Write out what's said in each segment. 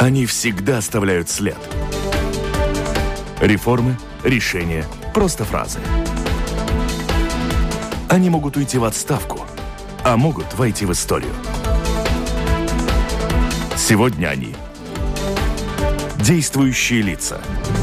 Они всегда оставляют след. Реформы, решения, просто фразы. Они могут уйти в отставку, а могут войти в историю. Сегодня они – действующие лица.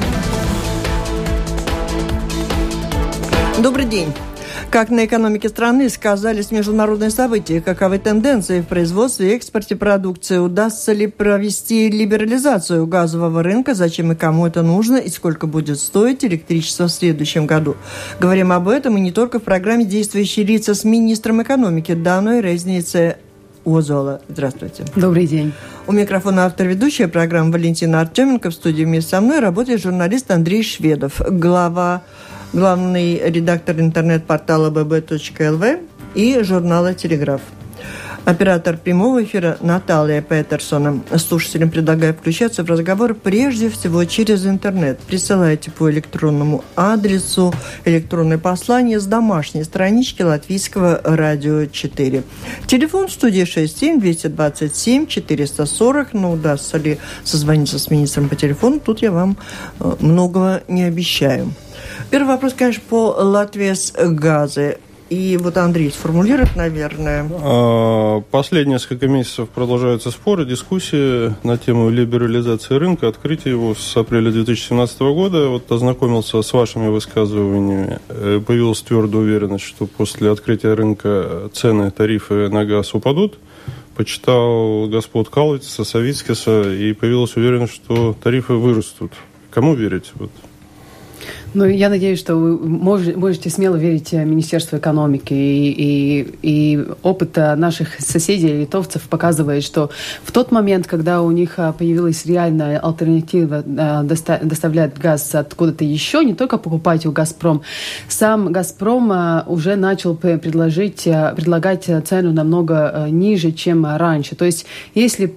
Добрый день. Как на экономике страны сказались международные события, каковы тенденции в производстве и экспорте продукции, удастся ли провести либерализацию газового рынка, зачем и кому это нужно и сколько будет стоить электричество в следующем году. Говорим об этом и не только в программе «Действующие лица» с министром экономики Даной Резницей Озола. Здравствуйте. Добрый день. У микрофона автор-ведущая программы Валентина Артеменко. В студии вместе со мной работает журналист Андрей Шведов, главный редактор интернет-портала bb.lv и журнала «Телеграф». Оператор прямого эфира Наталья Петерсона. Слушателям предлагаю включаться в разговор прежде всего через интернет. Присылайте по электронному адресу электронное послание с домашней странички Латвийского радио 4. Телефон в студии 67-227-440. Но удастся ли созвониться с министром по телефону, тут я вам многого не обещаю. Первый вопрос, конечно, по Латвии газы. И вот Андрей сформулирует, наверное. Последние несколько месяцев продолжаются споры, дискуссии на тему либерализации рынка, открытия его с апреля 2017 года. Вот ознакомился с вашими высказываниями. Появилась твердая уверенность, что после открытия рынка цены, тарифы на газ упадут. Почитал господ Калвица, Савицкиса, и появилась уверенность, что тарифы вырастут. Кому верить? Вот. Ну, я надеюсь, что вы можете смело верить в Министерству экономики. И опыт наших соседей, литовцев, показывает, что в тот момент, когда у них появилась реальная альтернатива доставлять газ откуда-то еще, не только покупать у «Газпром», сам «Газпром» уже начал предлагать цену намного ниже, чем раньше. То есть, если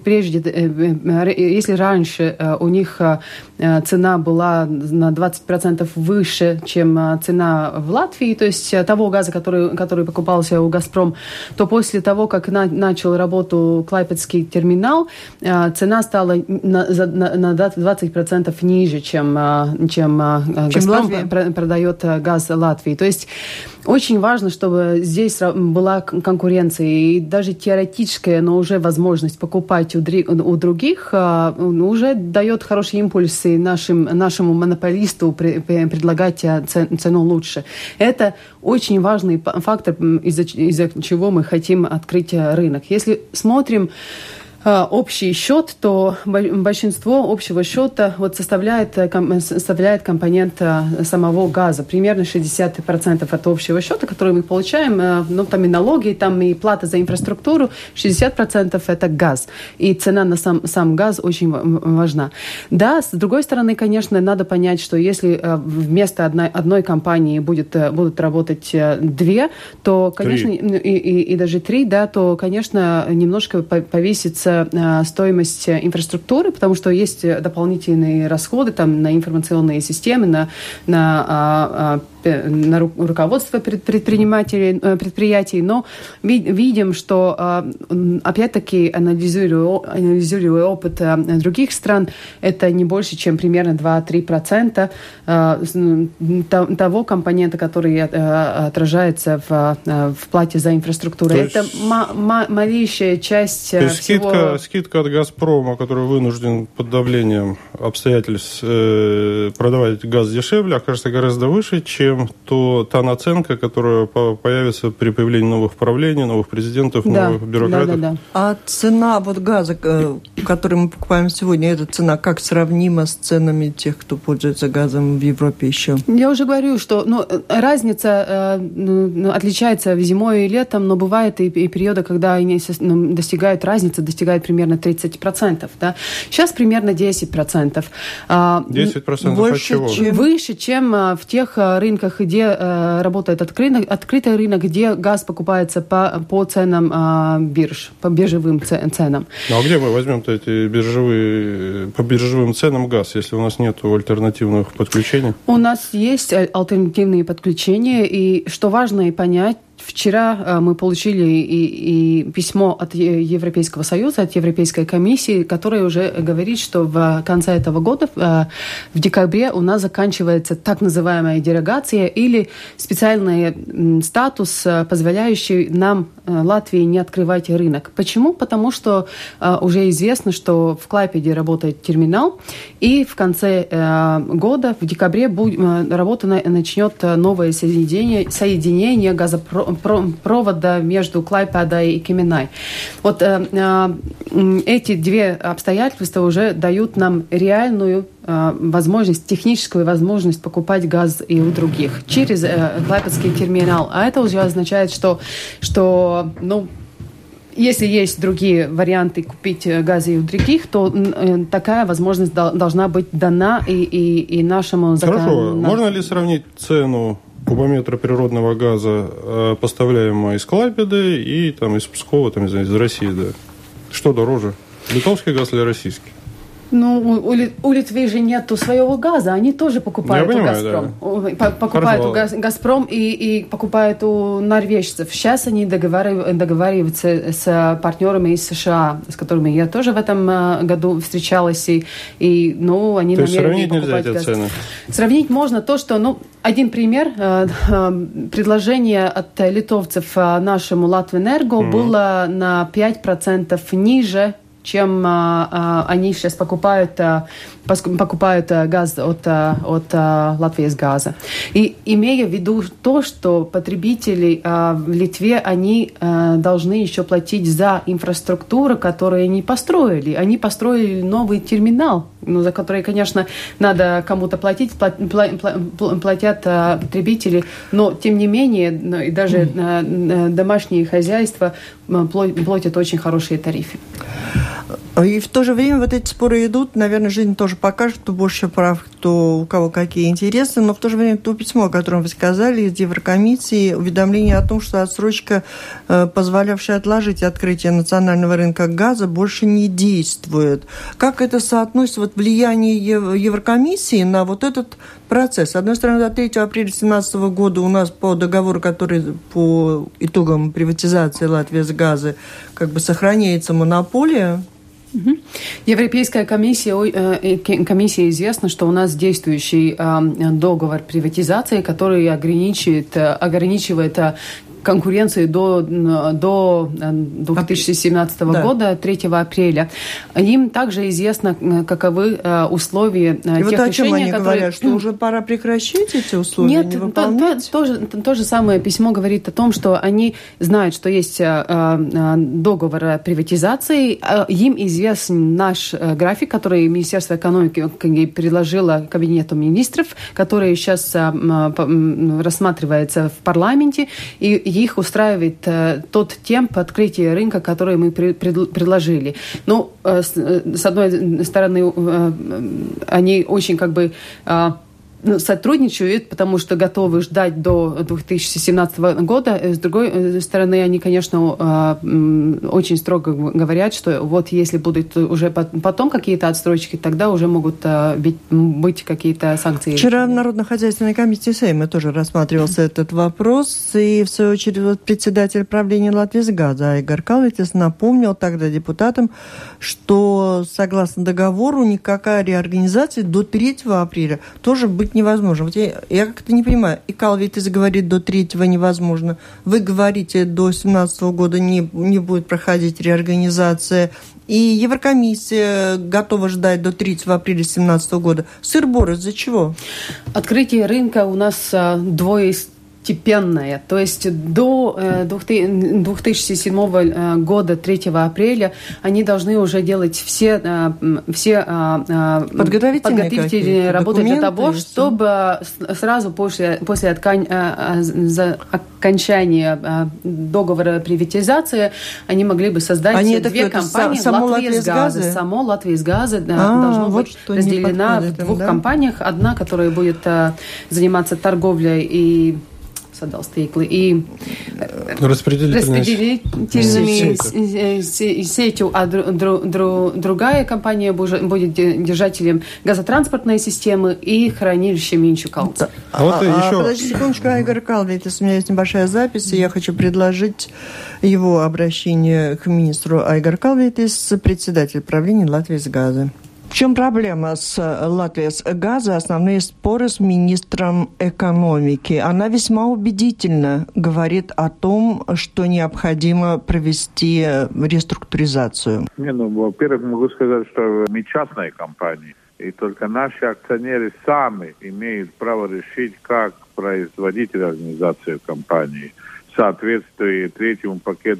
раньше у них цена была на 20% выше, чем цена в Латвии, то есть того газа, который покупался у «Газпром», то после того, как начал работу Клайпедский терминал, цена стала на 20% ниже, чем «Газпром» продает газ Латвии. То есть очень важно, чтобы здесь была конкуренция, и даже теоретическая, но уже возможность покупать у других уже дает хороший импульс и нашему монополисту предлагать цену лучше. Это очень важный фактор, из-за чего мы хотим открыть рынок. Если смотрим общий счет, то большинство общего счета составляет компонент самого газа. Примерно 60% от общего счета, который мы получаем, там и налоги, там и плата за инфраструктуру, 60% это газ. И цена на сам газ очень важна. Да, с другой стороны, конечно, надо понять, что если вместо одной компании будут работать две, то, конечно, и даже три, да, то, конечно, немножко повесится стоимость инфраструктуры, потому что есть дополнительные расходы там, на информационные системы, на руководство предприятий, но видим, что, опять-таки, анализируя опыт других стран, это не больше, чем примерно 2-3% того компонента, который отражается в плате за инфраструктуру. Это малейшая часть всего. Скидка от «Газпрома», который вынужден под давлением обстоятельств продавать газ дешевле, окажется гораздо выше, чем та наценка, которая появится при появлении новых правлений, новых президентов, новых бюрократов. Да. А цена газа, который мы покупаем сегодня, эта цена как сравнима с ценами тех, кто пользуется газом в Европе еще? Я уже говорю, что разница отличается зимой и летом, но бывает и периоды, когда разница достигает примерно 30%. Да? Сейчас примерно 10%. 10% больше, от чего? Выше, чем в тех рынках, где работает открытый рынок, где газ покупается по ценам бирж, по биржевым ценам. Ну а где мы возьмем-то эти по биржевым ценам газ, если у нас нет альтернативных подключений? У нас есть альтернативные подключения, и что важно и понять, Вчера мы получили и письмо от Европейского Союза, от Европейской комиссии, которая уже говорит, что в конце этого года, в декабре, у нас заканчивается так называемая дерогация или специальный статус, позволяющий нам, Латвии, не открывать рынок. Почему? Потому что уже известно, что в Клайпеде работает терминал, и в конце года, в декабре, работа начнет новое соединение газопровода между Клайпедой и Кеменай. Вот эти две обстоятельства уже дают нам реальную возможность, техническую возможность покупать газ и у других через Клайпедский терминал. А это уже означает, что если есть другие варианты купить газ и у других, то такая возможность должна быть дана и нашему закону. Хорошо. Можно ли сравнить цену кубометра природного газа, поставляемого из Клайпеды и из Пскова, из России? Да? Что дороже? Литовский газ или российский? У Литвы же нету своего газа, они тоже покупают у «Газпром». Да. Покупают у «Газпром» и покупают у норвежцев. Сейчас они договариваются с партнерами из США, с которыми я тоже в этом году встречалась. И они то есть сравнить нельзя эти цены? Сравнить можно то, что... Один пример. Предложение от литовцев нашему Латвэнерго было на 5% ниже, чем они сейчас покупают газ от Латвии газа. И имея в виду то, что потребители в Литве, они должны еще платить за инфраструктуру, которую они построили. Они построили новый терминал, за который, конечно, надо кому-то платить, платят потребители, но, тем не менее, и даже домашние хозяйства платят очень хорошие тарифы. И в то же время вот эти споры идут. Наверное, жизнь тоже покажет, кто больше прав, кто у кого какие интересы. Но в то же время то письмо, о котором вы сказали, из Еврокомиссии, уведомление о том, что отсрочка, позволявшая отложить открытие национального рынка газа, больше не действует. Как это соотносится, влияние Еврокомиссии на вот этот процесс? С одной стороны, до 3 апреля 2017 года у нас по договору, который по итогам приватизации Латвии с газа сохраняется монополия. Европейская комиссия известна, что у нас действующий договор приватизации, который ограничивает конкуренции до 2017 года, 3 апреля. Им также известно, каковы условия тех решений, о чем они говорят, что уже пора прекращать эти условия? Нет, то же самое письмо говорит о том, что они знают, что есть договор приватизации, им известен наш график, который Министерство экономики предложило Кабинету министров, который сейчас рассматривается в парламенте, и их устраивает тот темп открытия рынка, который мы предложили. С одной стороны, они очень сотрудничают, потому что готовы ждать до 2017 года. С другой стороны, они, конечно, очень строго говорят, что если будут уже потом какие-то отстрочки, тогда уже могут быть какие-то санкции. Вчера в Народно-хозяйственной комиссии Сейма тоже рассматривался этот вопрос, и в свою очередь председатель правления Латвийсгаза Игорь Калвитис напомнил тогда депутатам, что согласно договору никакая реорганизация до 3 апреля тоже быть невозможно. Я как-то не понимаю. И Калвитис говорит, до 3-го невозможно. Вы говорите, до 2017 года не будет проходить реорганизация. И Еврокомиссия готова ждать до 3 апреля 2017 года. Сыр-бор из-за чего? Открытие рынка у нас двоестепенная. То есть до 2007 года, 3 апреля, они должны уже делать все подготовительные работы для того, чтобы сразу после окончания договора приватизации они могли бы создать две компании. Само Латвийсгаза должно быть разделено в двух компаниях. Одна, которая будет заниматься торговлей и sadalstīkli и распределительными сетью, а другая компания будет держателем газотранспортной системы и хранилища Минчу-Калца. Подожди секундочку, Айгар Калвитис, у меня есть небольшая запись, и я хочу предложить его обращение к министру. Айгар Калвитис, председатель правления Латвийсгаза. В чем проблема с Латвийсгаза? Основные споры с министром экономики. Она весьма убедительно говорит о том, что необходимо провести реструктуризацию. Во-первых, могу сказать, что мы частная компания, и только наши акционеры сами имеют право решить, как производить реорганизацию компании в соответствии третьему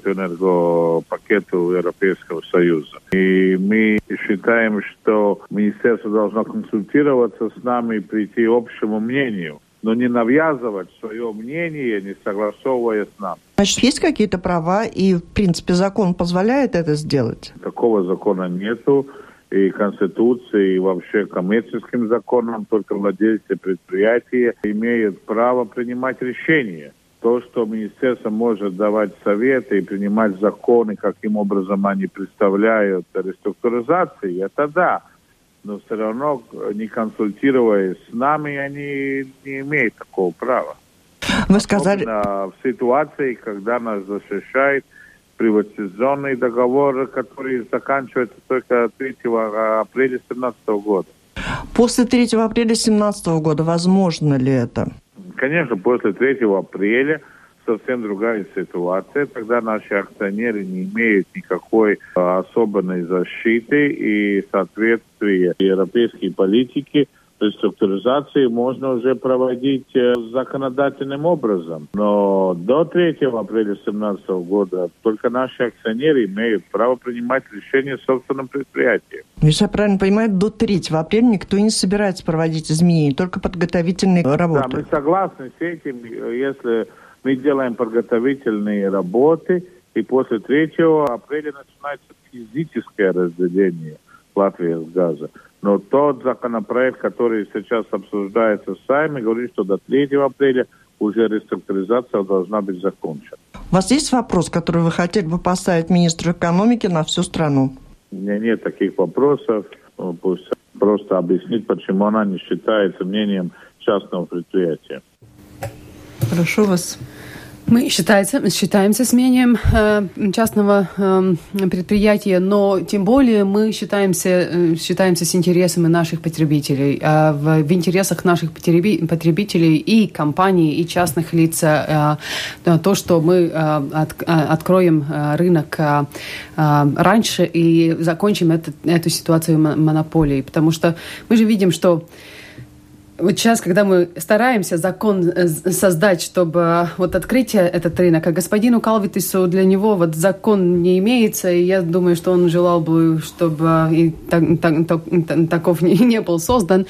энергопакету Европейского Союза. И мы считаем, что министерство должно консультироваться с нами и прийти к общему мнению, но не навязывать свое мнение, не согласовывая с нами. Значит, есть какие-то права, и, в принципе, закон позволяет это сделать? Такого закона нету. И Конституции, и вообще коммерческим законом только владельцы предприятия имеют право принимать решения. То, что министерство может давать советы и принимать законы, каким образом они представляют реструктуризации, это да. Но все равно, не консультируясь с нами, они не имеют такого права. Вы сказали... В ситуации, когда нас защищает приватизационный договор, который заканчивается только 3 апреля 2017 года. После 3 апреля 2017 года возможно ли это? Конечно, после 3 апреля совсем другая ситуация. Тогда наши акционеры не имеют никакой особенной защиты, и в соответствии европейской политики реструктуризации можно уже проводить законодательным образом. Но до 3 апреля 2017 года только наши акционеры имеют право принимать решения в собственном предприятии. Если я правильно понимаю, до 3 апреля никто не собирается проводить изменения, только подготовительные работы. Да, мы согласны с этим. Если мы делаем подготовительные работы, и после 3 апреля начинается физическое разделение Латвийсгаза. Но тот законопроект, который сейчас обсуждается в Сайме, говорит, что до 3 апреля уже реструктуризация должна быть закончена. У вас есть вопрос, который вы хотели бы поставить министру экономики на всю страну? У меня нет таких вопросов. Пусть просто объяснит, почему она не считается мнением частного предприятия. Прошу вас. Мы считаемся с мнением частного предприятия, но тем более мы считаемся с интересами наших потребителей. В интересах наших потребителей и компаний, и частных лиц то, что мы откроем рынок раньше и закончим эту ситуацию монополии. Потому что мы же видим, что вот сейчас, когда мы стараемся закон создать, чтобы вот открыть этот рынок, а господину Калвитису для него вот закон не имеется, и я думаю, что он желал бы, чтобы и таков не был создан.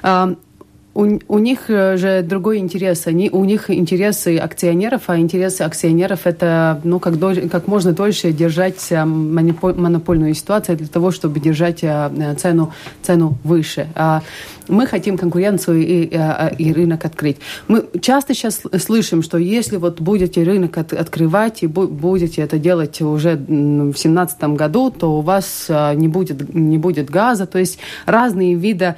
У них же другой интерес. У них интересы акционеров, а интересы акционеров – это как можно дольше держать монопольную ситуацию для того, чтобы держать цену выше. Мы хотим конкуренцию и рынок открыть. Мы часто сейчас слышим, что если вот будете рынок открывать и будете это делать уже в 2017 году, то у вас не будет газа. То есть разные виды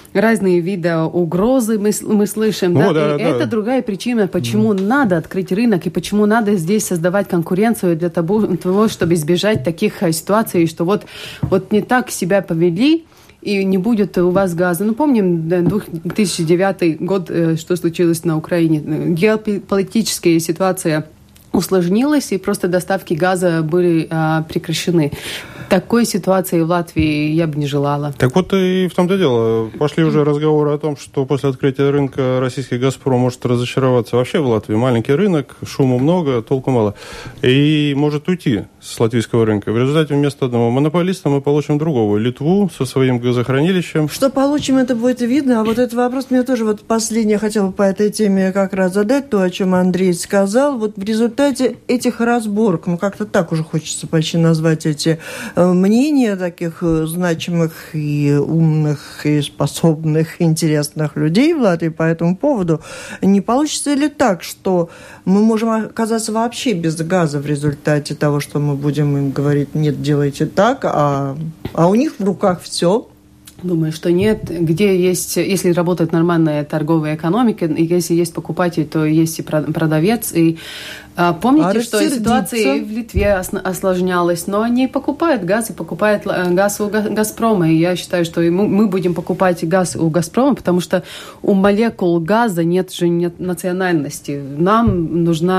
угрозы мы слышим. Это другая причина, почему надо открыть рынок и почему надо здесь создавать конкуренцию для того, чтобы избежать таких ситуаций, что вот не так себя повели, и не будет у вас газа. Помним 2009 год, что случилось на Украине. Геополитическая ситуация усложнилась, и просто доставки газа были прекращены. Такой ситуации в Латвии я бы не желала. Так вот и в том-то дело. Пошли уже разговоры о том, что после открытия рынка российский «Газпром» может разочароваться вообще в Латвии. Маленький рынок, шума много, толку мало. И может уйти с латвийского рынка. В результате вместо одного монополиста мы получим другого, Литву со своим газохранилищем. Что получим, это будет видно. А вот этот вопрос мне тоже вот последний я хотела по этой теме как раз задать, то, о чем Андрей сказал. Вот в результате этих разборок, как-то так уже хочется почти назвать эти мнения таких значимых и умных, и способных, интересных людей в Латвии по этому поводу, не получится ли так, что мы можем оказаться вообще без газа в результате того, что мы будем им говорить, нет, делайте так, а у них в руках все? Думаю, что нет. Где есть, если работает нормальная торговая экономика, и если есть покупатель, то есть и продавец. И помните, что ситуация в Литве осложнялась, но они покупают газ, и покупают газ у «Газпрома». И я считаю, что мы будем покупать газ у «Газпрома», потому что у молекул газа нет национальности. Нам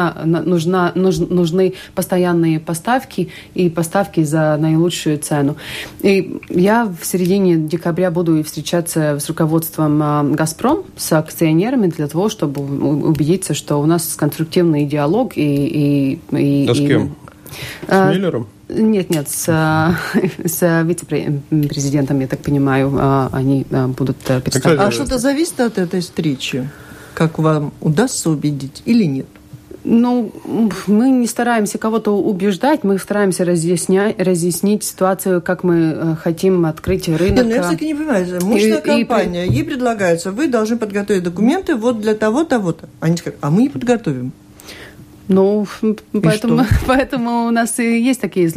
нужны постоянные поставки и поставки за наилучшую цену. И я в середине декабря буду встречаться с руководством «Газпром», с акционерами для того, чтобы убедиться, что у нас конструктивный диалог. А с кем? С Миллером? Нет, с вице-президентом, я так понимаю, они будут представлять. А что-то зависит от этой встречи? Как вам удастся убедить или нет? Ну, мы не стараемся кого-то убеждать, мы стараемся разъяснить ситуацию, как мы хотим открыть рынок. Нет, я, кстати, не понимаю, мощная компания, ей предлагается, вы должны подготовить документы вот для того-того-то. Они скажут, а мы не подготовим. Ну, поэтому у нас и есть такие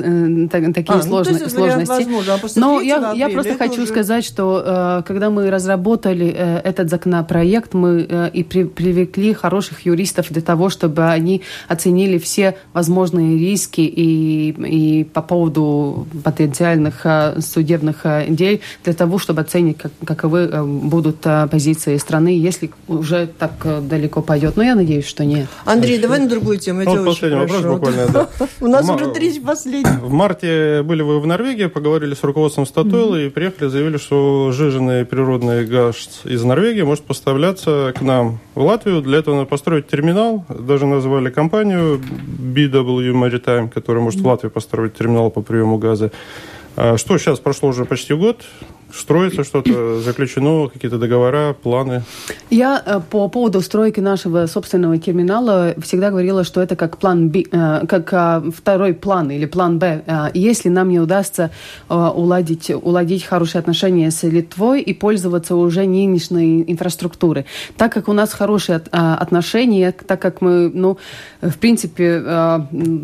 сложности. Но я просто хочу сказать, что когда мы разработали этот законопроект, мы и привлекли хороших юристов для того, чтобы они оценили все возможные риски и по поводу потенциальных судебных дел, для того, чтобы оценить, каковы будут позиции страны, если уже так далеко пойдет. Но я надеюсь, что нет. Андрей, давай на другую тему. Вот последний вопрос буквально. Да. У нас уже третий последний. В марте были вы в Норвегии, поговорили с руководством Статоила и приехали, заявили, что сжиженный природный газ из Норвегии может поставляться к нам в Латвию. Для этого надо построить терминал. Даже назвали компанию BW Maritime, которая может в Латвии построить терминал по приему газа. Что сейчас? Прошло уже почти год. Строится что-то, заключено, какие-то договора, планы? Я по поводу стройки нашего собственного терминала всегда говорила, что это как план Б, как второй план или план Б. Если нам не удастся уладить хорошие отношения с Литвой и пользоваться уже нынешней инфраструктурой. Так как у нас хорошие отношения, так как мы, в принципе,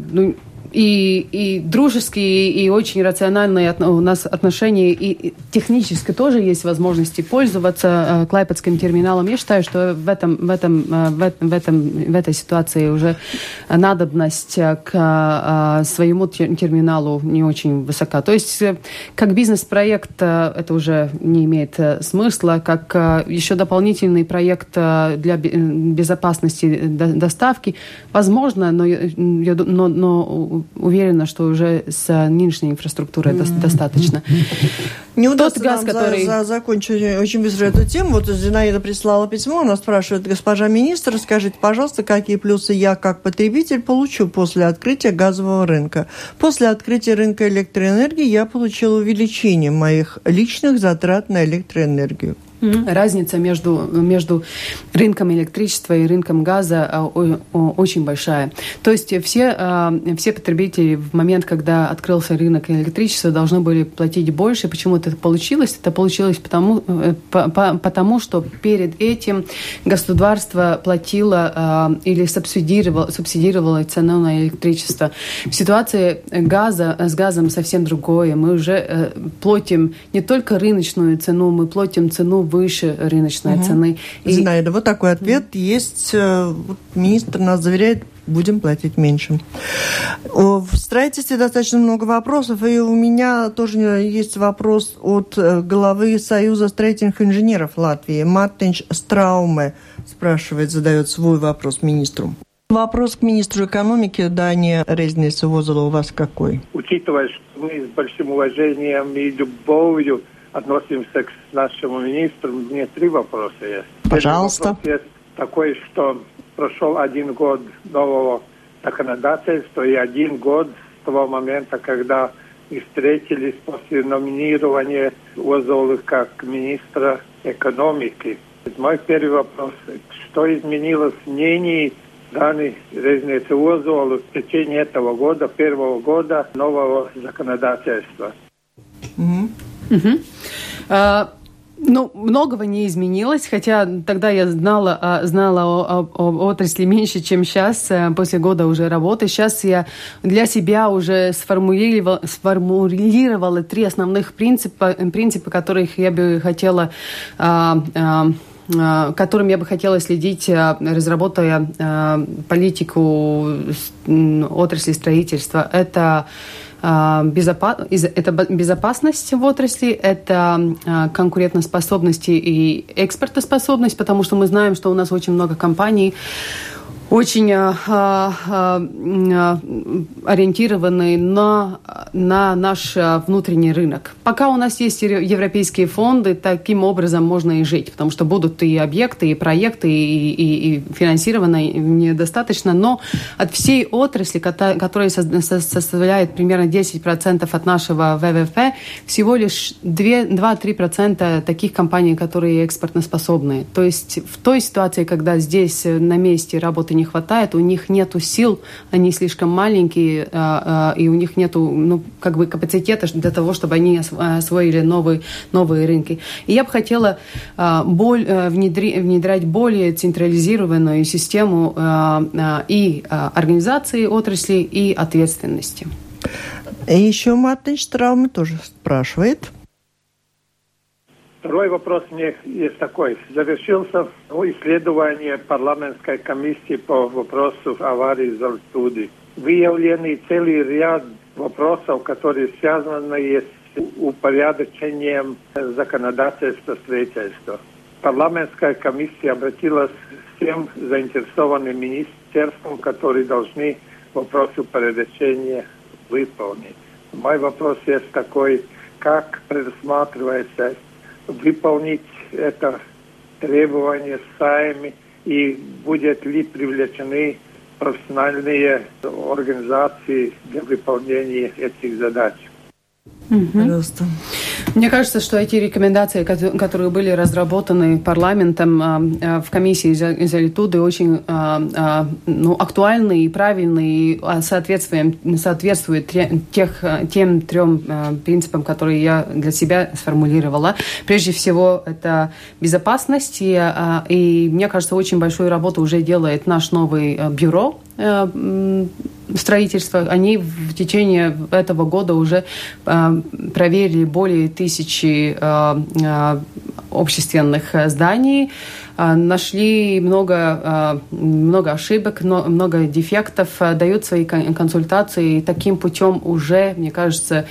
и дружеские, и очень рациональные у нас отношения, и технически тоже есть возможности пользоваться Клайпедским терминалом. Я считаю, что в этой ситуации уже надобность к своему терминалу не очень высока. То есть, как бизнес-проект это уже не имеет смысла, как еще дополнительный проект для безопасности доставки, возможно, но уверена, что уже с нынешней инфраструктурой достаточно. Не удастся закончить очень быстро эту тему. Вот Зинаида прислала письмо, она спрашивает: госпожа министр, скажите, пожалуйста, какие плюсы я как потребитель получу после открытия газового рынка? После открытия рынка электроэнергии я получила увеличение моих личных затрат на электроэнергию. Разница между рынком электричества и рынком газа очень большая. То есть все потребители в момент, когда открылся рынок электричества, должны были платить больше. Почему это получилось? Это получилось потому, что перед этим государство платило или субсидировало цену на электричество. Ситуация с газом совсем другое. Мы уже платим не только рыночную цену, мы платим цену выше рыночной цены. Зинаида, вот такой ответ есть. Министр нас заверяет, будем платить меньше. В строительстве достаточно много вопросов, и у меня тоже есть вопрос от главы Союза строительных инженеров Латвии. Мартинš Straume задает свой вопрос министру. Вопрос к министру экономики Дане Резнис-Возела у вас какой? Учитывая, что мы с большим уважением и любовью относимся к нашему министру, мне 3 вопроса есть. Пожалуйста. Вопрос есть такой, что прошел 1 год нового законодательства и 1 год того момента, когда мы встретились после номинирования Озолы как министра экономики. Мой первый вопрос: что изменилось в мнении Дани Резницы Озолы в течение этого года, первого года нового законодательства? Многого не изменилось, хотя тогда я знала об отрасли меньше, чем сейчас, после года уже работы. Сейчас я для себя уже сформулировала 3 основных принципа, которых я бы хотела которым я бы хотела следить, разработая политику отрасли строительства. Это безопасность в отрасли, это конкурентоспособность и экспортоспособность, потому что мы знаем, что у нас очень много компаний, очень ориентированы на наш внутренний рынок. Пока у нас есть европейские фонды, таким образом можно и жить, потому что будут и объекты, и проекты, и финансирование недостаточно, но от всей отрасли, которая составляет примерно 10% от нашего ВВП, всего лишь 2-3% таких компаний, которые экспортоспособны. То есть в той ситуации, когда здесь на месте работы не хватает, у них нету сил, они слишком маленькие, и у них нету капацитета для того, чтобы они освоили новые рынки. И я бы хотела внедрять более централизированную систему и организации отрасли, и ответственности. И еще Мартин Штрауме тоже спрашивает. Второй вопрос у меня есть такой. Завершился исследование парламентской комиссии по вопросу аварии в Золотуде. Выявлены целый ряд вопросов, которые связаны с упорядочением законодательства строительства. Парламентская комиссия обратилась к всем заинтересованным министерствам, которые должны вопросы упорядочения выполнить. Мой вопрос есть такой: как предусматривается выполнить это требование сами, и будет ли привлечены профессиональные организации для выполнения этих задач? Пожалуйста. Мне кажется, что эти рекомендации, которые были разработаны парламентом в комиссии Золотуды, очень актуальны и правильны, и соответствуют тем 3 принципам, которые я для себя сформулировала. Прежде всего, это безопасность, и мне кажется, очень большую работу уже делает наш новый бюро строительства. Они в течение этого года уже проверили более 1000 общественных зданий, нашли много ошибок, много дефектов, дают свои консультации. И таким путем уже, мне кажется,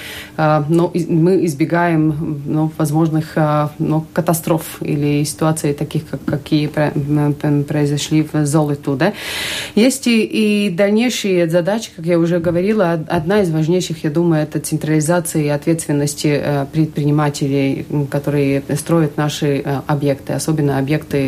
мы избегаем возможных катастроф или ситуаций таких, какие произошли в Золотуде. Есть и дальнейшие задачи, как я уже говорила. Одна из важнейших, я думаю, это централизация ответственности предпринимателей, которые строят наши объекты, особенно объекты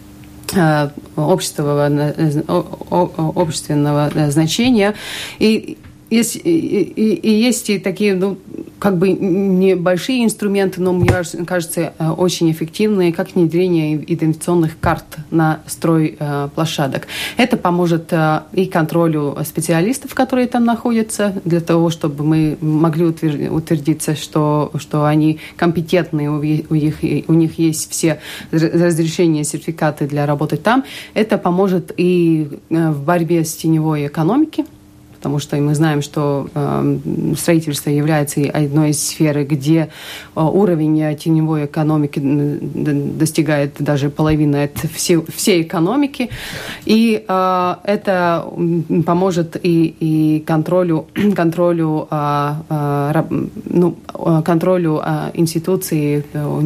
общественного значения. И есть и такие, небольшие инструменты, но, мне кажется, очень эффективные, как внедрение идентификационных карт на стройплощадок. Это поможет и контролю специалистов, которые там находятся, для того, чтобы мы могли утвердиться, что они компетентны, у них есть все разрешения, сертификаты для работы там. Это поможет и в борьбе с теневой экономикой, потому что мы знаем, что строительство является одной из сфер, где уровень теневой экономики достигает даже половины от всей экономики. И это поможет и контролю институций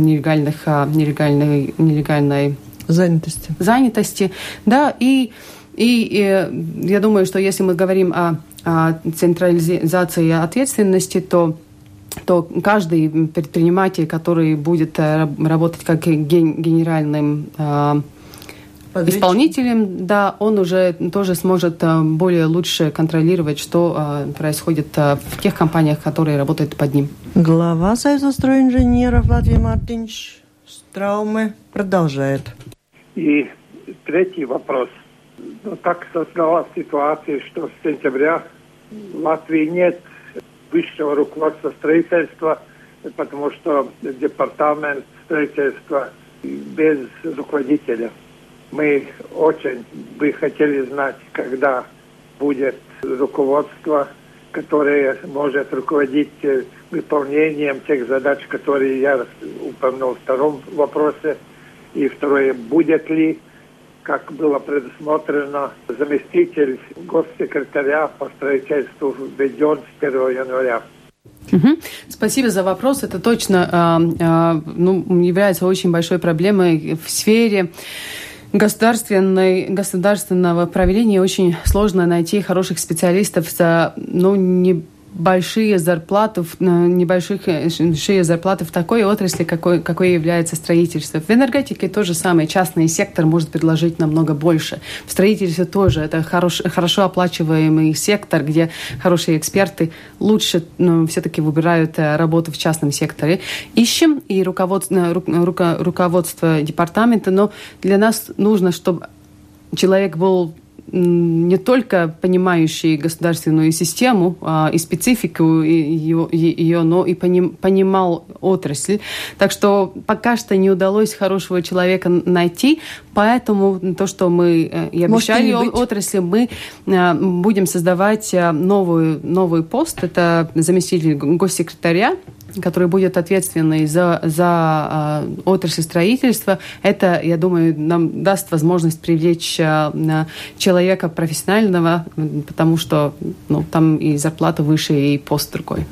нелегальной занятости. Да, и я думаю, что если мы говорим о централизации ответственности, то каждый предприниматель, который будет работать как генеральным исполнителем, да, он уже тоже сможет более лучше контролировать, что происходит в тех компаниях, которые работают под ним. Глава Союза стройинженеров Латвии Мартинш Страуме продолжает. И третий вопрос. Так создалась ситуация, что с сентября в Латвии нет высшего руководства строительства, потому что департамент строительства без руководителя. Мы очень бы хотели знать, когда будет руководство, которое может руководить выполнением тех задач, которые я упомянул в втором вопросе. И второе, будет ли, как было предусмотрено, заместитель госсекретаря по строительству введен с 1 января. Спасибо за вопрос. Это точно является очень большой проблемой в сфере государственного правления. Очень сложно найти хороших специалистов за небольшие зарплаты в такой отрасли, какой является строительство. В энергетике то же самое. Частный сектор может предложить намного больше. В строительстве тоже. Это хорошо оплачиваемый сектор, где хорошие эксперты лучше все-таки выбирают работу в частном секторе. Ищем и руководство департамента, но для нас нужно, чтобы человек был не только понимающий государственную систему и специфику ее, но и понимал отрасль. Так что пока что не удалось хорошего человека найти, поэтому то, что мы и обещали отрасли, мы будем создавать новый пост. Это заместитель госсекретаря, который будет ответственный за отрасль строительства. Это, я думаю, нам даст возможность привлечь человека профессионального, потому что там и зарплата выше, и пост другой.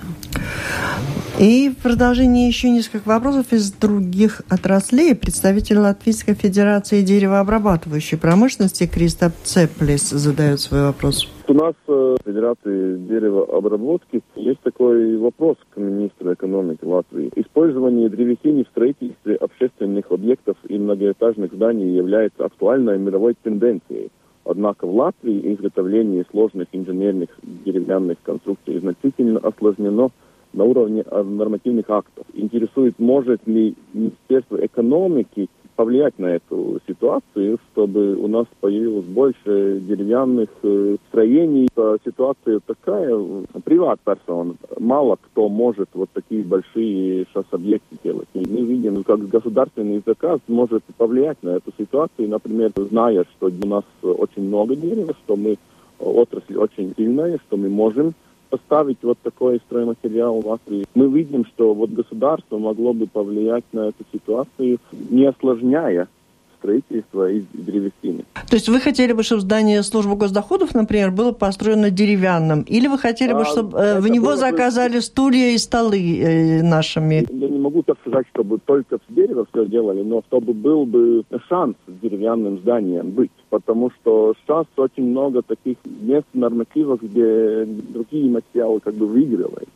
И в продолжении еще несколько вопросов из других отраслей. Представитель Латвийской Федерации деревообрабатывающей промышленности Кристоп Цеплис задает свой вопрос. У нас в Федерации деревообработки есть такой вопрос к министру экономики Латвии. Использование древесины в строительстве общественных объектов и многоэтажных зданий является актуальной мировой тенденцией. Однако в Латвии изготовление сложных инженерных деревянных конструкций значительно осложнено на уровне нормативных актов. Интересует, может ли Министерство экономики повлиять на эту ситуацию, чтобы у нас появилось больше деревянных строений. Ситуация такая, приват-персон, мало кто может вот такие большие объекты делать. И мы видим, как государственный заказ может повлиять на эту ситуацию, например, зная, что у нас очень много дерева, что мы отрасль очень сильная, что мы можем поставить вот такой стройматериал в Латвии. Мы видим, что вот государство могло бы повлиять на эту ситуацию, не осложняя строительство из древесины. То есть вы хотели бы, чтобы здание службы госдоходов, например, было построено деревянным? Или вы хотели бы, чтобы в него заказали стулья и столы нашими? Я не могу так сказать, чтобы только с дерева все делали, но чтобы был бы шанс с деревянным зданием быть. Потому что сейчас очень много таких мест, нормативов, где другие материалы выигрывают.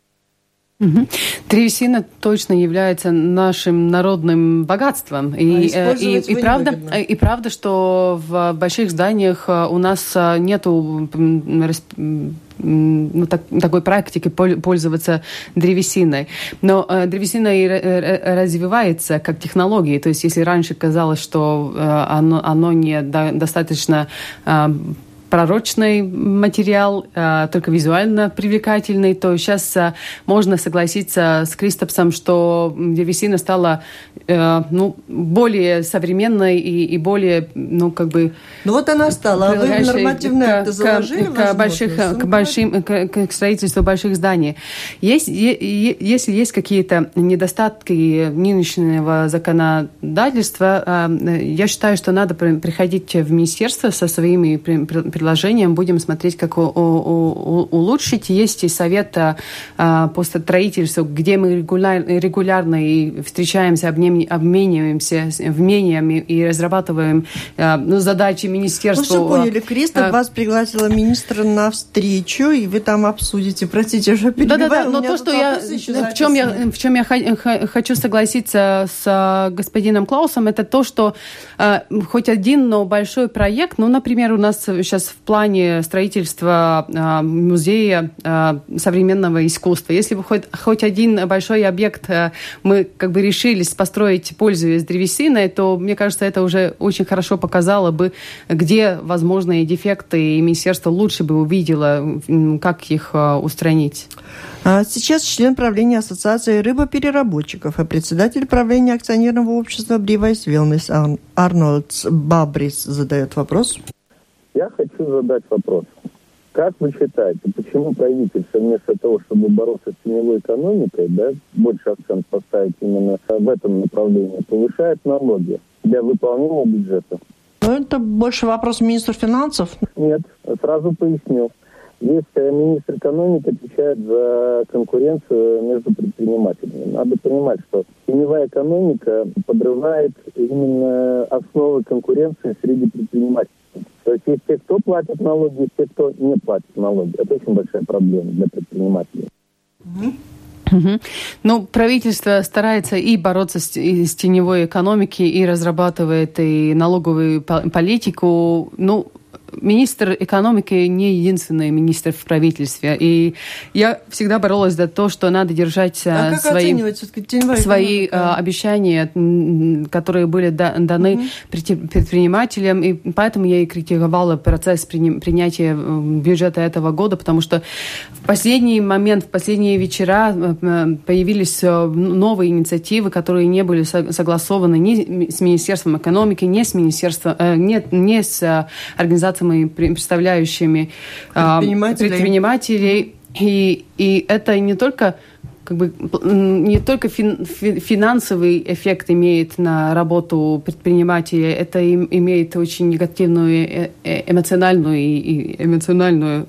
Древесина точно является нашим народным богатством. И правда, что в больших зданиях у нас нету такой практики пользоваться древесиной. Но древесина и развивается как технология. То есть если раньше казалось, что оно не достаточно пророчный материал, только визуально привлекательный, то сейчас можно согласиться с Кристопсом, что древесина стала более современной и более, вот она стала, а вы в нормативный акт заложили к строительству больших зданий. Если есть какие-то недостатки нынешнего законодательства, я считаю, что надо приходить в министерство со своими предложениями, предложением, будем смотреть, как улучшить. Есть и совет по строительству, где мы регулярно и встречаемся, обмениваемся мнениями и разрабатываем задачи министерства. Ну, что поняли, Криста вас пригласила министра на встречу, и вы там обсудите. Простите, уже перебиваю. Да, но то, что в чем я хочу согласиться с господином Клаусом, это то, что хоть один, но большой проект, например, у нас сейчас в плане строительства музея современного искусства. Если бы хоть один большой объект мы решились построить, пользуясь древесиной, то, мне кажется, это уже очень хорошо показало бы, где возможные дефекты, и министерство лучше бы увидело, как их устранить. Сейчас член правления Ассоциации рыбопереработчиков и председатель правления акционерного общества Brīvais Vilnis Арнольдс Бабрис задает вопрос. Я хочу задать вопрос. Как вы считаете, почему правительство вместо того, чтобы бороться с теневой экономикой, больше акцент поставить именно в этом направлении, повышает налоги для выполнения бюджета? Это больше вопрос министру финансов? Нет, сразу поясню. Здесь министр экономики отвечает за конкуренцию между предпринимателями. Надо понимать, что теневая экономика подрывает именно основы конкуренции среди предпринимателей. То есть есть те, кто платит налоги, есть те, кто не платит налоги. Это очень большая проблема для предпринимателей. Правительство старается и бороться с теневой экономикой, и разрабатывает и налоговую политику. Министр экономики не единственный министр в правительстве. И я всегда боролась за то, что надо держать свои обещания, которые были даны предпринимателям. И поэтому я и критиковала процесс принятия бюджета этого года, потому что в последний момент, в последние вечера появились новые инициативы, которые не были согласованы ни с Министерством экономики, ни с Министерством, не с организацией, представляющими предпринимателей. И это не только финансовый эффект имеет на работу предпринимателей, это имеет очень негативную эмоциональное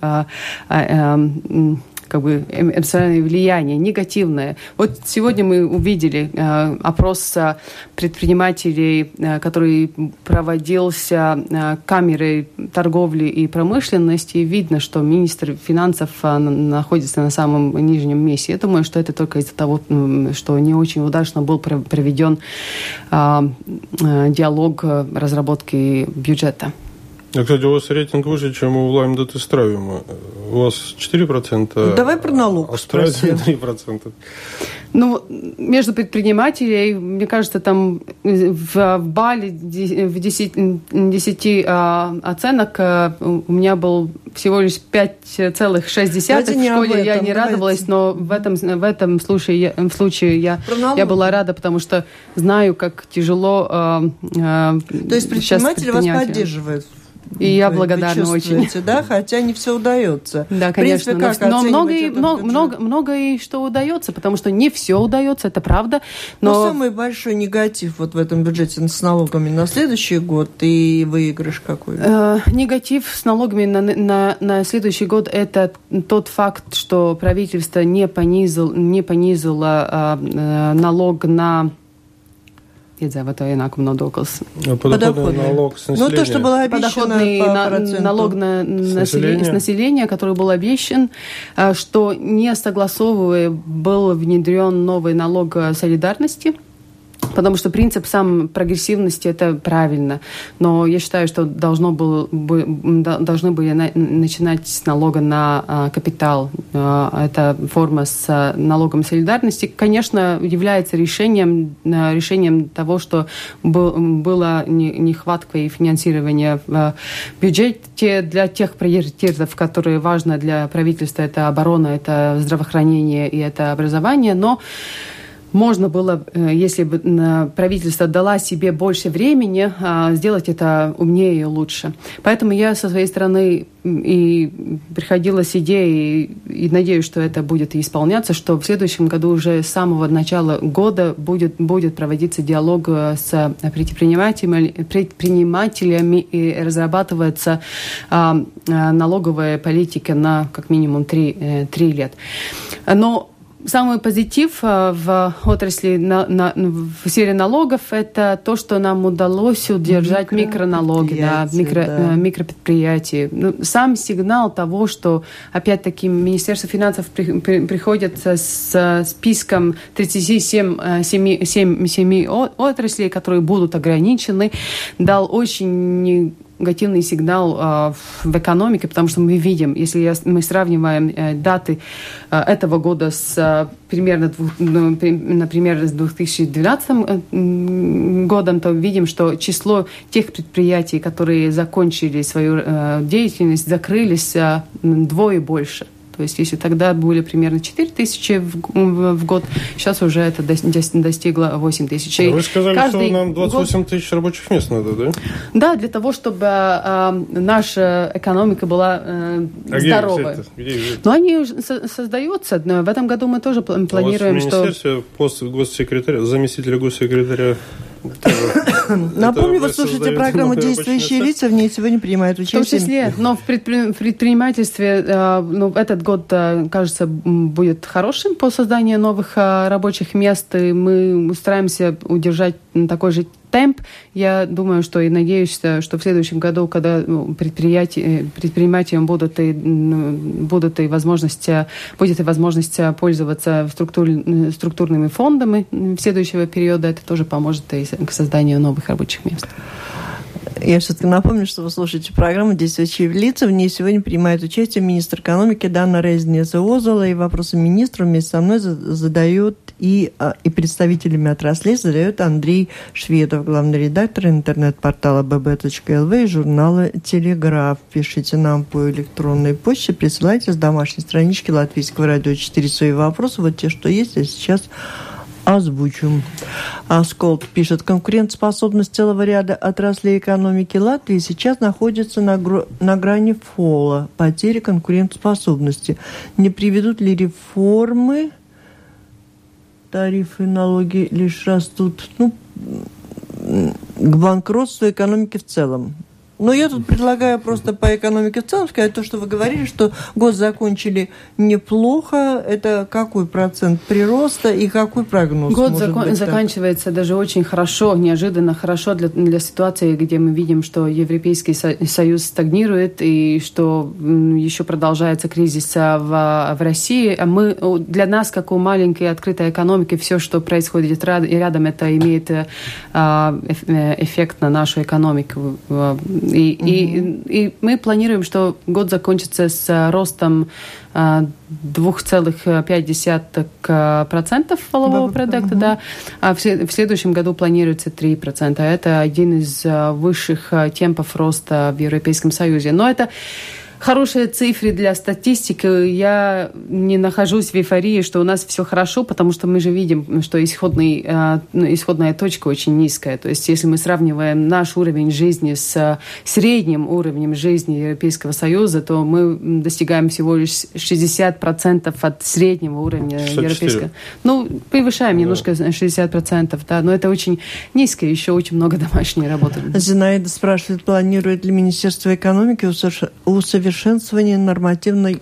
влияние, негативное. Вот сегодня мы увидели опрос предпринимателей, который проводился Камерой торговли и промышленности, и видно, что министр финансов находится на самом нижнем месте. Я думаю, что это только из-за того, что не очень удачно был проведен диалог разработки бюджета. Кстати, у вас рейтинг выше, чем у Lime Data Stravium. У вас 4%. Давай про налог спросим. 3%. Между предпринимателей, мне кажется, там в балле в 10 оценок у меня был всего лишь 5,6. В школе я не радовалась, но в этом случае я была рада, потому что знаю, как тяжело То есть предприниматели вас поддерживают? И я благодарна очень. Да, хотя не все удается. Да, конечно. Но многое что удается, потому что не все удается, это правда. Но самый большой негатив в этом бюджете с налогами на следующий год и выигрыш какой? Негатив с налогами на следующий год – это тот факт, что правительство не понизило налог на подоходный налог с населения. То, что было обещано налог с населения, который был обещан, что не согласовывая был внедрен новый налог солидарности. Потому что принцип сам прогрессивности – это правильно. Но я считаю, что должны были начинать с налога на капитал. Эта форма с налогом солидарности, конечно, является решением того, что была нехватка и финансирования в бюджете для тех приоритетов, которые важны для правительства. Это оборона, это здравоохранение и это образование. Но можно было, если бы правительство дало себе больше времени, сделать это умнее и лучше. Поэтому я со своей стороны и приходила с идеей, и надеюсь, что это будет и исполняться, что в следующем году уже с самого начала года будет проводиться диалог с предпринимателями и разрабатывается налоговая политика на как минимум 3 лет. Но самый позитив в отрасли, в сфере налогов, это то, что нам удалось удержать микроналоги, микропредприятия. Сам сигнал того, что, опять-таки, Министерство финансов приходит с списком 37 отраслей, которые будут ограничены, дал очень негативный сигнал в экономике, потому что мы видим, если мы сравниваем даты этого года с примерно, например, с 2012 годом, то видим, что число тех предприятий, которые закончили свою деятельность, закрылись вдвое больше. То есть, если тогда были примерно 4 тысячи в год, сейчас уже это достигло 8 тысяч. Вы сказали, что нам 28 тысяч рабочих мест надо, да? Да, для того, чтобы наша экономика была здоровая. Но они создаются. В этом году мы тоже планируем, что... У вас в министерстве пост госсекретаря, заместителя госсекретаря... Напомню, вы слушаете программу «Действующие лица», в ней сегодня принимают участие. В том числе, но в предпринимательстве этот год, кажется, будет хорошим по созданию новых рабочих мест, и мы стараемся удержать такой же темп. Я думаю, что и надеюсь, что в следующем году, когда предпринимателям будет и возможность пользоваться структурными фондами следующего периода, это тоже поможет и к созданию новых рабочих мест. Я все-таки напомню, что вы слушаете программу «Действующие лица». В ней сегодня принимает участие министр экономики Дана Резница-Озола. И вопросы министру вместе со мной задают и представителями отраслей задает Андрей Шведов, главный редактор интернет-портала bb.lv и журнала «Телеграф». Пишите нам по электронной почте, присылайте с домашней странички Латвийского радио 4 свои вопросы. Вот те, что есть, а сейчас озвучу. Асколд пишет: конкурентоспособность целого ряда отраслей экономики Латвии сейчас находится на грани фола, потери конкурентоспособности. Не приведут ли реформы? Тарифы и налоги лишь растут к банкротству экономики в целом. Но я тут предлагаю просто по экономике в целом сказать то, что вы говорили, что год закончили неплохо. Это какой процент прироста и какой прогноз? Год заканчивается даже очень хорошо, неожиданно хорошо для ситуации, где мы видим, что Европейский Союз стагнирует и что еще продолжается кризис в России. Для нас, как у маленькой открытой экономики, все, что происходит рядом, это имеет эффект на нашу экономику. И мы планируем, что год закончится с ростом 2,5% валового продукта, да, а в следующем году планируется 3%. Это один из высших темпов роста в Европейском Союзе. Но это хорошие цифры для статистики. Я не нахожусь в эйфории, что у нас все хорошо, потому что мы же видим, что исходная точка очень низкая. То есть, если мы сравниваем наш уровень жизни с средним уровнем жизни Европейского Союза, то мы достигаем всего лишь 60% от среднего уровня 64. Европейского. Превышаем немножко 60%, да, но это очень низко, еще очень много домашней работы. Зинаида спрашивает, планирует ли Министерство экономики усовершенствование нормативной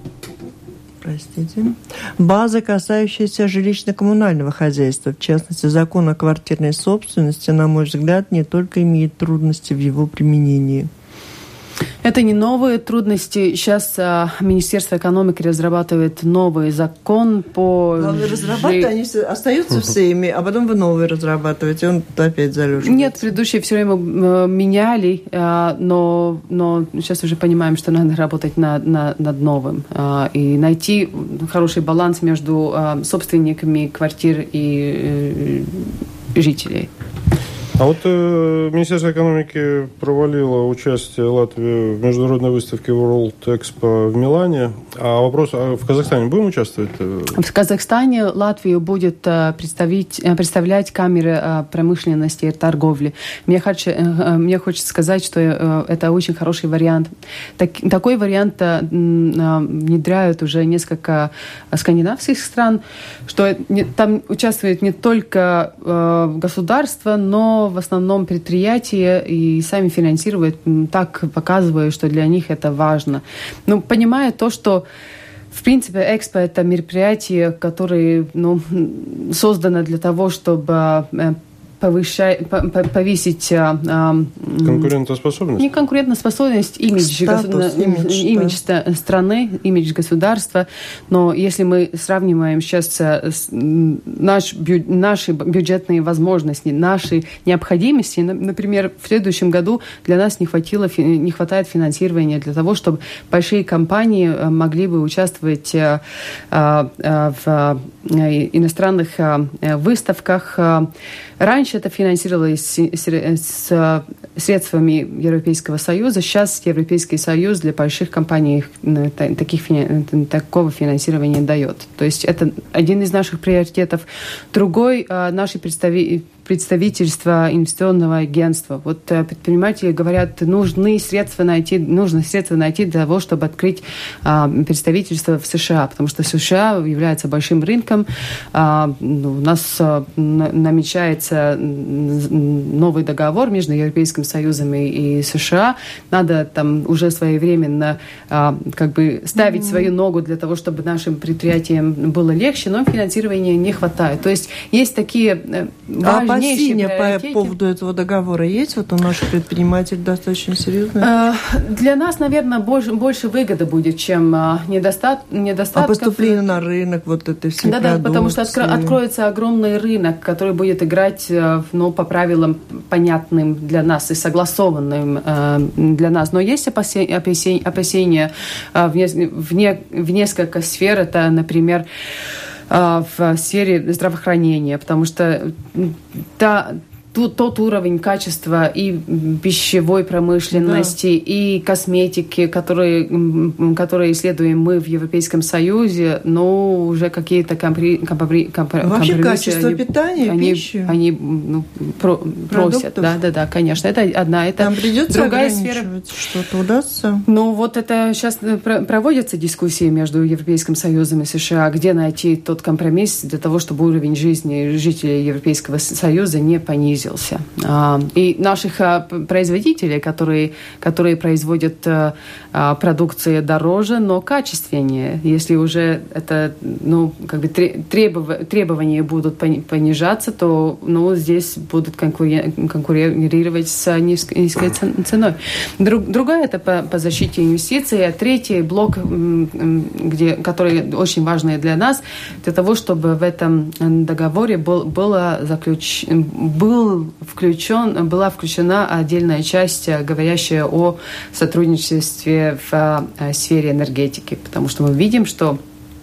базы, касающейся жилищно-коммунального хозяйства. В частности, закон о квартирной собственности, на мой взгляд, не только имеет трудности в его применении. Это не новые трудности. Сейчас Министерство экономики разрабатывает новый закон по... Главное, разрабатывать, они остаются все ими, а потом вы новые разрабатываете, он опять залеживается. Нет, предыдущие все время меняли, но сейчас уже понимаем, что надо работать над новым и найти хороший баланс между собственниками квартир и жителей. А вот Министерство экономики провалило участие Латвии в международной выставке World Expo в Милане. А вопрос, а в Казахстане будем участвовать? В Казахстане Латвию будет представлять Камера промышленности и торговли. Мне хочется сказать, что это очень хороший вариант. Такой вариант внедряют уже несколько скандинавских стран, что там участвует не только государство, но в основном предприятия и сами финансируют, так показывая, что для них это важно. Но понимая то, что в принципе, Экспо – это мероприятие, которое создано для того, чтобы повысить конкурентоспособность? Не конкурентоспособность, имидж страны, имидж государства. Но если мы сравниваем сейчас наши бюджетные возможности, наши необходимости, например, в следующем году для нас не хватает финансирования для того, чтобы большие компании могли бы участвовать в иностранных выставках. Раньше это финансировалось с средствами Европейского Союза. Сейчас Европейский Союз для больших компаний такого финансирования не дает. То есть это один из наших приоритетов. Другой – наши представительства инвестиционного агентства. Вот предприниматели говорят, нужны средства найти для того, чтобы открыть представительство в США, потому что США является большим рынком. У нас намечается новый договор между Европейским Союзом и США. Надо там уже своевременно ставить свою ногу для того, чтобы нашим предприятиям было легче, но финансирования не хватает. То есть есть такие опасения по поводу этого договора есть? Вот у наших предпринимателей достаточно серьезно. Для нас, наверное, больше выгоды будет, чем недостатков. А поступление на рынок, вот это все продукции. Да, потому что откроется огромный рынок, который будет играть по правилам понятным для нас и согласованным для нас. Но есть опасения в несколько сфер. Это, например, в сфере здравоохранения, потому что тот уровень качества и пищевой промышленности, и косметики, которые исследуем мы в Европейском Союзе, но уже какие-то вообще качество питания, пищи. Они просят. Да, конечно. Это одна. Это там придется другая сфера. Что-то удастся? Вот это сейчас проводятся дискуссии между Европейским Союзом и США, где найти тот компромисс для того, чтобы уровень жизни жителей Европейского Союза не понизился. И наших производителей, которые производят продукцию дороже, но качественнее, если уже это требования будут понижаться, то здесь будут конкурировать с низкой ценой. Другое это по защите инвестиций, а третий блок, который очень важный для нас, для того, чтобы в этом договоре была включена отдельная часть, говорящая о сотрудничестве в сфере энергетики, потому что мы видим, что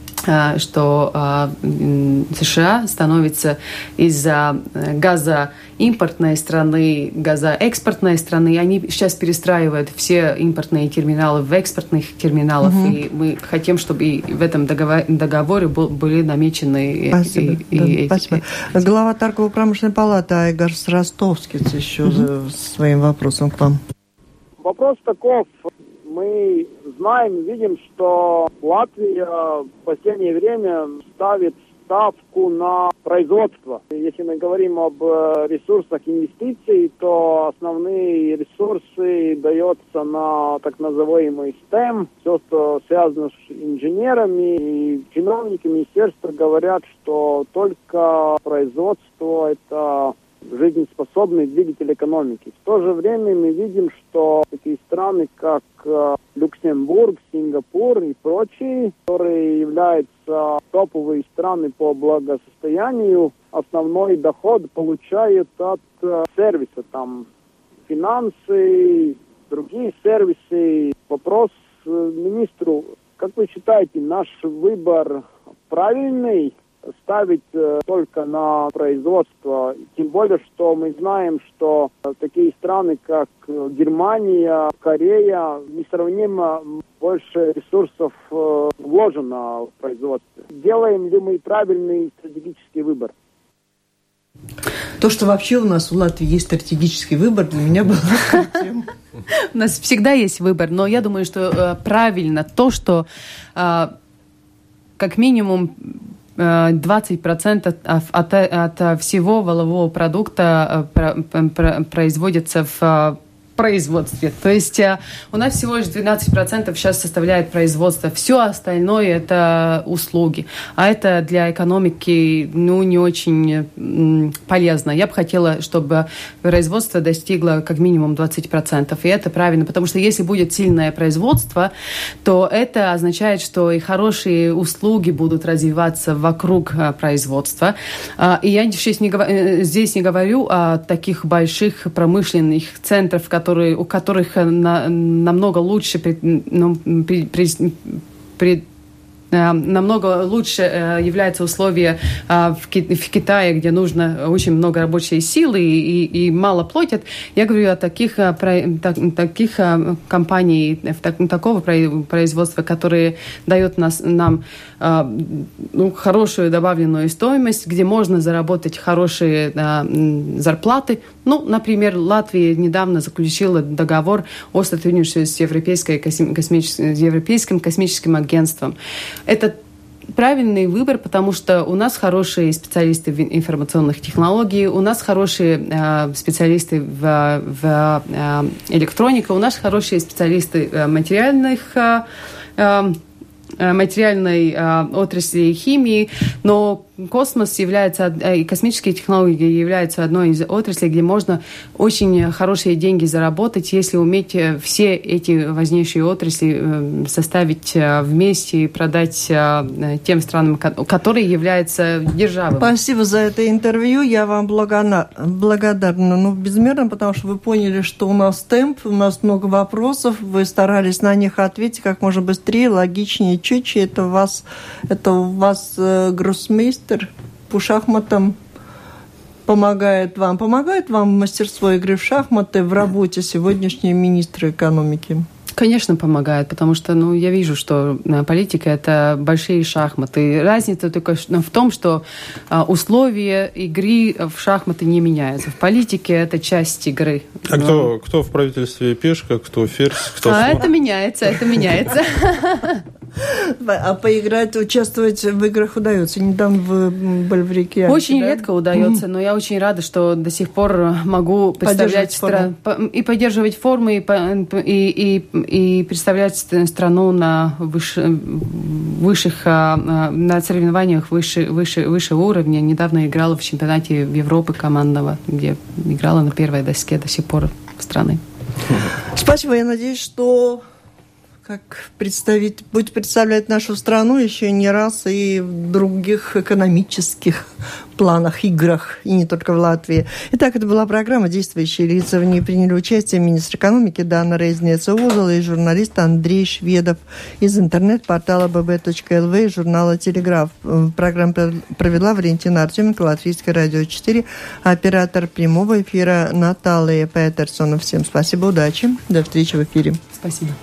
США становится из-за газоимпортной страны, газоэкспортной страны. Они сейчас перестраивают все импортные терминалы в экспортных терминалах. И мы хотим, чтобы и в этом договоре были намечены... Спасибо. Глава торгово-промышленной палаты Айгар Ростовский еще своим вопросом к вам. Вопрос таков. Мы знаем, видим, что Латвия в последнее время ставит ставку на производство. Если мы говорим об ресурсах инвестиций, то основные ресурсы даются на так называемый STEM, все, что связано с инженерами. И чиновники министерства говорят, что только производство – это жизнеспособный двигатель экономики. В то же время мы видим, что такие страны, как Люксембург, Сингапур и прочие, которые являются топовые страны по благосостоянию, основной доход получают от сервиса, там финансы, другие сервисы. Вопрос министру: как вы считаете, наш выбор правильный? ставить только на производство. Тем более, что мы знаем, что такие страны, как Германия, Корея, несравнимо больше ресурсов вложено в производство. Делаем ли мы правильный стратегический выбор? То, что вообще у нас в Латвии есть стратегический выбор, для меня было открытием. У нас всегда есть выбор, но я думаю, что правильно то, что как минимум 20% от всего валового продукта производится в производстве. То есть у нас всего лишь 12% сейчас составляет производство. Все остальное это услуги. А это для экономики не очень полезно. Я бы хотела, чтобы производство достигло как минимум 20%. И это правильно, потому что если будет сильное производство, то это означает, что и хорошие услуги будут развиваться вокруг производства. И я здесь не говорю о таких больших промышленных центрах, у которых намного лучше намного лучше являются условия в Китае, где нужно очень много рабочей силы и мало платят. Я говорю о таких компаниях, такого производства, которые дают нам хорошую добавленную стоимость, где можно заработать хорошие зарплаты. Например, Латвия недавно заключила договор о сотрудничестве с Европейским космическим агентством. Это правильный выбор, потому что у нас хорошие специалисты в информационных технологиях, у нас хорошие специалисты в электронике, у нас хорошие специалисты в материальной отрасли и химии, но космос является, и космические технологии являются одной из отраслей, где можно очень хорошие деньги заработать, если уметь все эти важнейшие отрасли составить вместе и продать тем странам, которые являются державами. Спасибо за это интервью. Я вам благодарна безмерно, потому что вы поняли, что у нас темп, у нас много вопросов, вы старались на них ответить как можно быстрее, логичнее, четче. Это у вас гроссмейстер по шахматам помогает вам мастерство игры в шахматы в работе сегодняшнего министра экономики? Конечно, помогает, потому что я вижу, что политика – это большие шахматы. Разница только в том, что условия игры в шахматы не меняются. В политике это часть игры. А кто в правительстве пешка, кто ферзь, кто слон? Это меняется. А поиграть, участвовать в играх удается? Недавно вы были в Рейкьявике. Очень редко удается, но я очень рада, что до сих пор могу представлять и поддерживать формы, и представлять страну на высших на соревнованиях выше уровня. Недавно играла в чемпионате Европы командного, где играла на первой доске до сих пор страны. Спасибо. Я надеюсь, что будет представлять нашу страну еще не раз и в других экономических планах, играх, и не только в Латвии. Итак, это была программа «Действующие лица». В ней приняли участие министр экономики Дана Рейзнеца-Узола и журналист Андрей Шведов из интернет-портала bb.lv и журнала «Телеграф». Программу провела Валентина Артеменко, Латвийское радио 4, оператор прямого эфира Наталья Петерсона. Всем спасибо, удачи, до встречи в эфире. Спасибо.